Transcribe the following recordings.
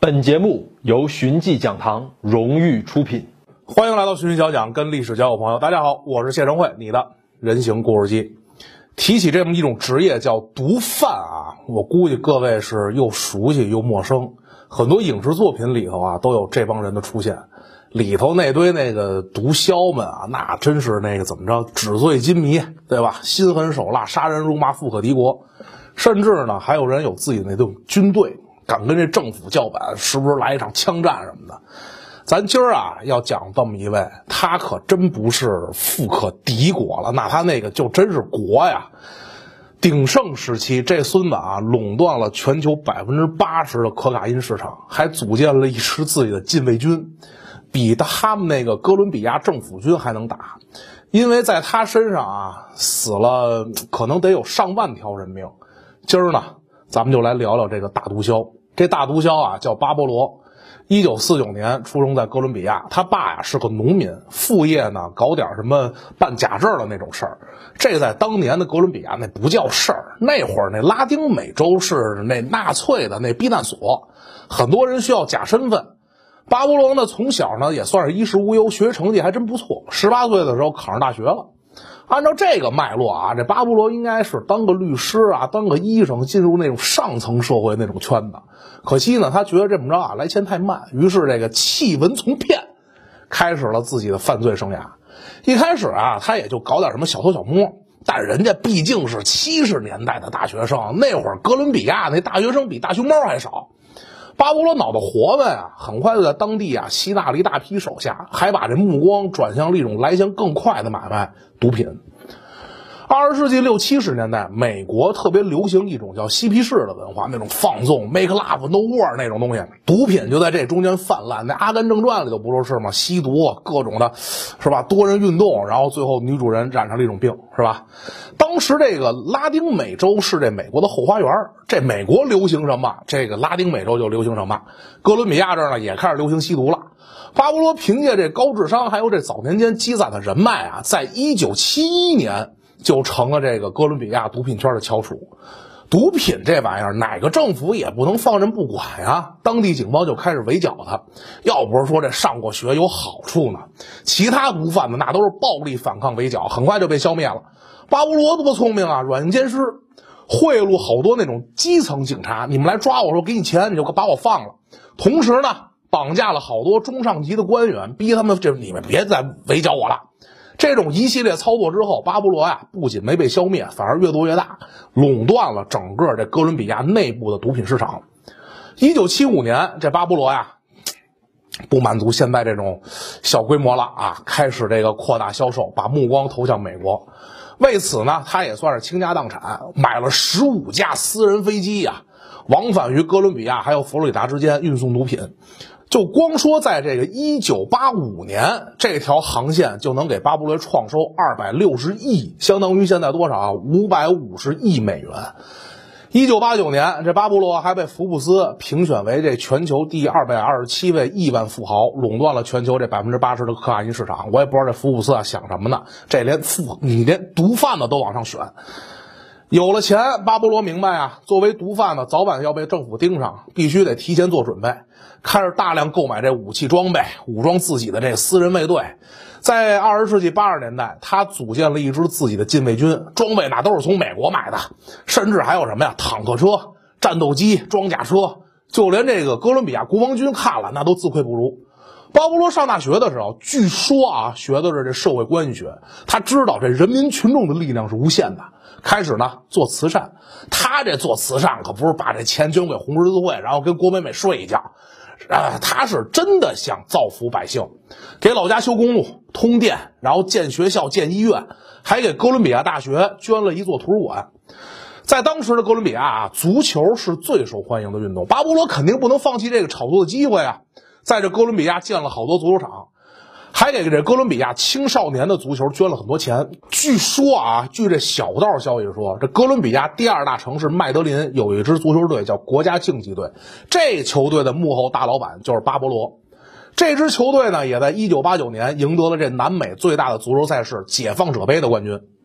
本节目由寻迹讲堂荣誉出品。 欢迎来到寻迹小讲，跟历史交友朋友。大家好，我是谢成慧，你的人形故事机。提起这么一种职业叫毒贩啊，我估计各位是又熟悉又陌生。很多影视作品里头啊都有这帮人的出现，里头那堆那个毒枭们啊，那真是那个怎么着，纸醉金迷，对吧？心狠手辣，杀人如麻，富可敌国。甚至呢，还有人有自己的那种军队，敢跟这政府叫板，时不时来一场枪战什么的。咱今儿啊要讲这么一位，他可真不是富可敌国了，那他那个就真是国呀。鼎盛时期，这孙子啊垄断了全球80%的可卡因市场，还组建了一支自己的禁卫军，比他们那个哥伦比亚政府军还能打。因为在他身上啊死了可能得有上万条人命。今儿呢咱们就来聊聊这个大毒枭。这大毒枭啊叫巴勃罗，1949年出生在哥伦比亚。他爸呀是个农民，副业呢搞点什么办假证的那种事儿。这在当年的哥伦比亚那不叫事儿，那会儿那拉丁美洲是那纳粹的那避难所，很多人需要假身份。巴勃罗呢从小呢也算是衣食无忧，学习成绩还真不错，18岁的时候考上大学了。按照这个脉络啊，这巴勃罗应该是当个律师啊，当个医生，进入那种上层社会那种圈子。可惜呢，他觉得这么着啊来钱太慢，于是这个弃文从骗，开始了自己的犯罪生涯。一开始啊，他也就搞点什么小偷小摸，但人家毕竟是70年代的大学生，那会儿哥伦比亚那大学生比大熊猫还少。巴勃罗脑袋活问啊，很快就在当地啊吸纳了一大批手下，还把这目光转向了一种来钱更快的买卖——毒品。20世纪60、70年代，美国特别流行一种叫嬉皮士的文化，那种放纵 make love no war 那种东西，毒品就在这中间泛滥。那《阿甘正传》里头不是吗？吸毒各种的，是吧？多人运动，然后最后女主人染上了一种病，是吧？当时这个拉丁美洲是这美国的后花园，这美国流行什么，这个拉丁美洲就流行什么。哥伦比亚这儿呢也开始流行吸毒了。巴勃罗凭借这高智商还有这早年间积攒的人脉啊，在1971年就成了这个哥伦比亚毒品圈的翘楚。毒品这玩意儿哪个政府也不能放任不管啊，当地警方就开始围剿他。要不是说这上过学有好处呢，其他毒贩子那都是暴力反抗围剿，很快就被消灭了。巴勃罗多聪明啊，软硬兼施，贿赂好多那种基层警察，你们来抓我说给你钱你就把我放了。同时呢绑架了好多中上级的官员，逼他们你们别再围剿我了。这种一系列操作之后，巴勃罗呀不仅没被消灭，反而越做越大，垄断了整个这哥伦比亚内部的毒品市场。1975年，这巴勃罗呀不满足现在这种小规模了啊，开始这个扩大销售，把目光投向美国。为此呢，他也算是倾家荡产，买了15架私人飞机呀，往返于哥伦比亚还有佛罗里达之间运送毒品。就光说在这个1985年，这条航线就能给巴勃罗创收260亿，相当于现在多少啊？550亿美元。1989年，这巴勃罗还被福布斯评选为这全球第227位亿万富豪，垄断了全球这80%的可卡因市场。我也不知道这福布斯啊想什么呢？这你连毒贩子都往上选。有了钱，巴勃罗明白啊，作为毒贩子早晚要被政府盯上，必须得提前做准备，开始大量购买这武器装备，武装自己的这私人卫队。在20世纪80年代，他组建了一支自己的禁卫军，装备那都是从美国买的，甚至还有什么呀，坦克车、战斗机、装甲车，就连这个哥伦比亚国防军看了那都自愧不如。巴勃罗上大学的时候，据说啊学的是这社会关系学，他知道这人民群众的力量是无限的，开始呢做慈善。他这做慈善可不是把这钱捐给红十字会，然后跟郭美美睡一觉，他是真的想造福百姓，给老家修公路、通电，然后建学校、建医院，还给哥伦比亚大学捐了一座图书馆。在当时的哥伦比亚啊，足球是最受欢迎的运动，巴勃罗肯定不能放弃这个炒作的机会啊。在这哥伦比亚建了好多足球场，还给这哥伦比亚青少年的足球捐了很多钱。据说啊，据这小道消息说，这哥伦比亚第2大城市麦德林有一支足球队叫国家竞技队，这球队的幕后大老板就是巴勃罗。这支球队呢，也在1989年赢得了这南美最大的足球赛事解放者杯的冠军。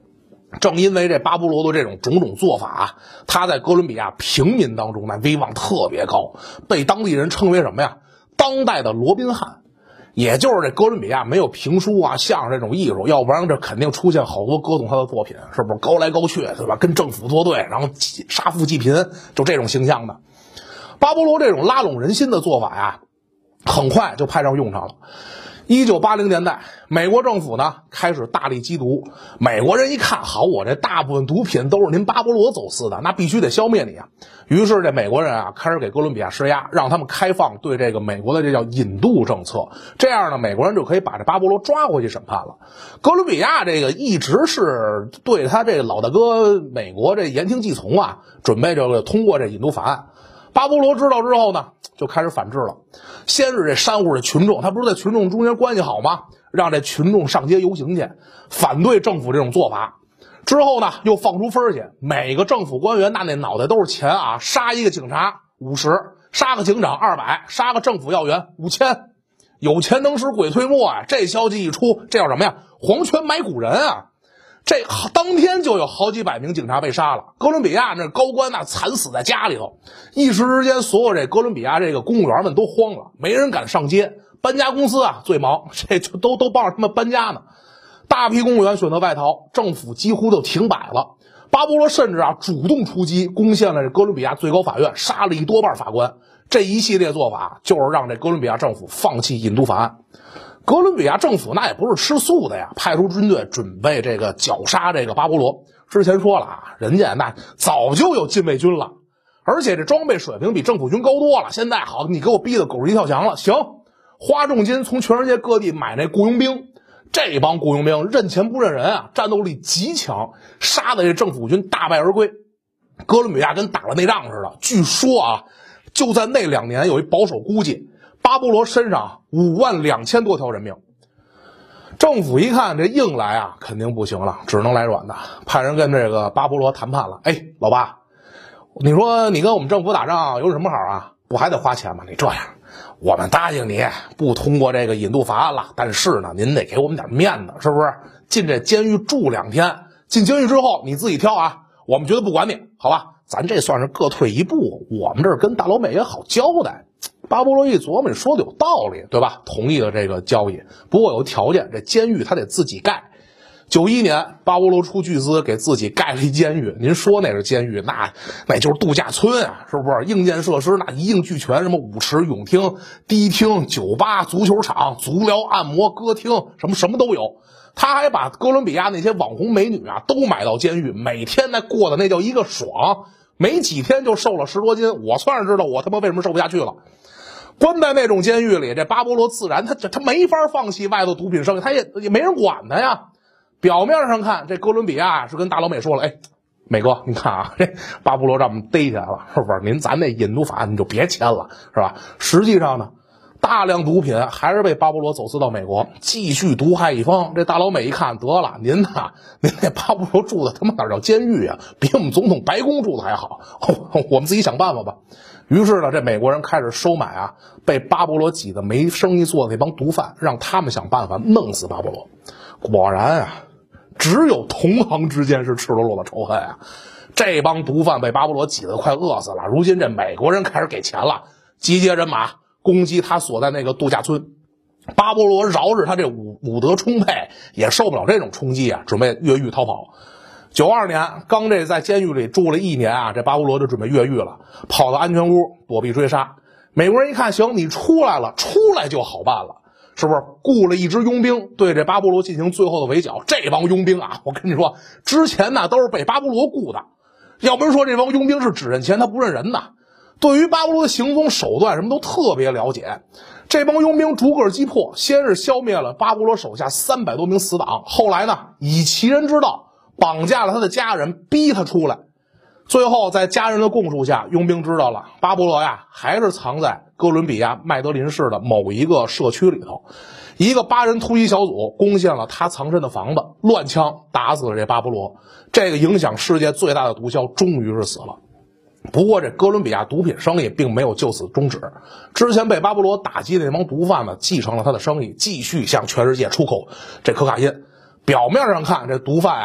正因为这巴勃罗的这种种种做法啊，他在哥伦比亚平民当中那威望特别高，被当地人称为什么呀？当代的罗宾汉。也就是这哥伦比亚没有评书啊、相声这种艺术，要不然这肯定出现好多歌颂他的作品，是不是高来高去，对吧？跟政府作对，然后杀富济贫，就这种形象的。巴勃罗这种拉拢人心的做法呀，很快就派上用场了。1980年代，美国政府呢开始大力缉毒。美国人一看，好，我这大部分毒品都是您巴勃罗走私的，那必须得消灭你啊！于是这美国人啊开始给哥伦比亚施压，让他们开放对这个美国的这叫引渡政策。这样呢，美国人就可以把这巴勃罗抓回去审判了。哥伦比亚这个一直是对他这个老大哥美国这言听计从啊，准备这个通过这引渡法案。巴勃罗知道之后呢，就开始反制了。先是这山户的群众，他不是在群众中间关系好吗？让这群众上街游行去，反对政府这种做法。之后呢，又放出分去，每个政府官员那脑袋都是钱啊，杀一个警察50，杀个警长200，杀个政府要员5000。有钱能使鬼推磨啊！这消息一出，这叫什么呀？黄泉埋古人啊！这当天就有好几百名警察被杀了。哥伦比亚那高官那惨死在家里头，一时之间，所有这哥伦比亚这个公务员们都慌了，没人敢上街。搬家公司啊最忙，这就都帮着他们搬家呢。大批公务员选择外逃，政府几乎都停摆了。巴勃罗甚至啊主动出击，攻陷了这哥伦比亚最高法院，杀了一多半法官。这一系列做法就是让这哥伦比亚政府放弃引渡法案。哥伦比亚政府那也不是吃素的呀，派出军队准备这个绞杀这个巴勃罗。之前说了啊，人家那早就有禁卫军了，而且这装备水平比政府军高多了。现在好，你给我逼得狗急跳墙了，行，花重金从全世界各地买那雇佣兵。这帮雇佣兵认钱不认人啊，战斗力极强，杀的这政府军大败而归。哥伦比亚跟打了内仗似的。据说啊，就在那2年，有一保守估计，巴勃罗身上52000多条人命。政府一看这硬来啊，肯定不行了，只能来软的，派人跟这个巴勃罗谈判了。哎，老爸，你说你跟我们政府打仗有什么好啊？不还得花钱吗？你这样，我们答应你不通过这个引渡法案了，但是呢，您得给我们点面子，是不是？进这监狱住2天，进监狱之后你自己挑啊，我们绝对不管你，好吧？咱这算是各退一步，我们这儿跟大老美也好交代。巴勃罗一琢磨，你说的有道理，对吧？同意了这个交易，不过有条件，这监狱他得自己盖。91年，巴勃罗出巨资给自己盖了一监狱。您说那是监狱，那就是度假村啊，是不是？硬件设施那一应俱全，什么舞池、泳厅、迪厅、酒吧、足球场、足疗、按摩、歌厅，什么都有。他还把哥伦比亚那些网红美女啊都买到监狱，每天那过的那叫一个爽，没几天就瘦了10多斤。我算是知道我他妈为什么瘦不下去了。关在那种监狱里，这巴勃罗自然他没法放弃外头毒品生意，他也没人管他呀。表面上看，这哥伦比亚是跟大老美说了，哎，美哥，你看啊，这巴勃罗让我们逮起来了，是不是？咱那引渡法案你就别签了，是吧？实际上呢，大量毒品还是被巴勃罗走私到美国，继续毒害一方。这大老美一看，得了，您那巴勃罗住的他妈哪叫监狱啊？比我们总统白宫住的还好，我们自己想办法吧。于是呢，这美国人开始收买啊被巴勃罗挤得没生意做的那帮毒贩，让他们想办法弄死巴勃罗。果然啊，只有同行之间是赤裸裸的仇恨啊！这帮毒贩被巴勃罗挤得快饿死了。如今这美国人开始给钱了，集结人马攻击他所在那个度假村。巴勃罗饶是他这武德充沛，也受不了这种冲击啊，准备越狱逃跑。92年，刚这在监狱里住了1年啊，这巴勃罗就准备越狱了，跑到安全屋躲避追杀。美国人一看，行，你出来了，出来就好办了。是不是雇了一支佣兵对这巴勃罗进行最后的围剿？这帮佣兵啊，我跟你说，之前呢都是被巴勃罗雇的，要不是说这帮佣兵是只认钱他不认人的，对于巴勃罗的行踪手段什么都特别了解。这帮佣兵逐个击破，先是消灭了巴勃罗手下300多名死党，后来呢以其人之道绑架了他的家人，逼他出来。最后在家人的供述下，佣兵知道了巴勃罗呀还是藏在哥伦比亚麦德林市的某一个社区里头。一个8人突击小组攻陷了他藏身的房子，乱枪打死了这巴勃罗。这个影响世界最大的毒枭终于是死了。不过这哥伦比亚毒品生意并没有就此终止，之前被巴勃罗打击的那帮毒贩们继承了他的生意，继续向全世界出口这可卡因。表面上看，这毒贩啊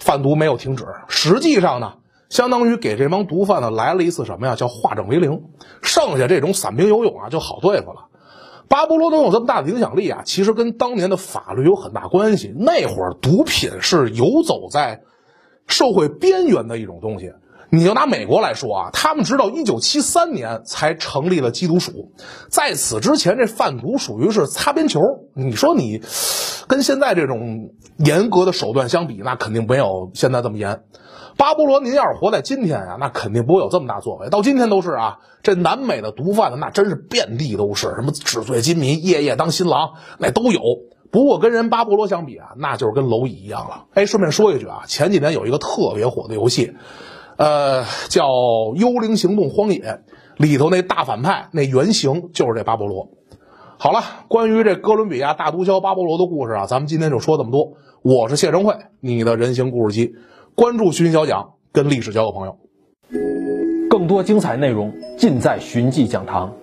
贩毒没有停止，实际上呢，相当于给这帮毒贩呢来了一次什么呀？叫化整为零，剩下这种散兵游勇啊就好对付了。巴勃罗能有这么大的影响力啊，其实跟当年的法律有很大关系。那会儿毒品是游走在社会边缘的一种东西。你就拿美国来说啊，他们直到1973年才成立了缉毒署，在此之前这贩毒属于是擦边球。你说你跟现在这种严格的手段相比，那肯定没有现在这么严。巴勃罗您要是活在今天啊，那肯定不会有这么大作为。到今天都是啊，这南美的毒贩子那真是遍地都是，什么纸醉金迷、夜夜当新郎，那都有。不过跟人巴勃罗相比啊，那就是跟蝼蚁一样了。哎，顺便说一句啊，前几年有一个特别火的游戏，叫《幽灵行动：荒野》，里头那大反派那原型就是这巴勃罗。好了，关于这哥伦比亚大毒枭巴勃罗的故事啊，咱们今天就说这么多。我是谢成慧，你的人形故事机，关注寻小讲，跟历史交个朋友。 更多精彩内容尽在寻迹讲堂。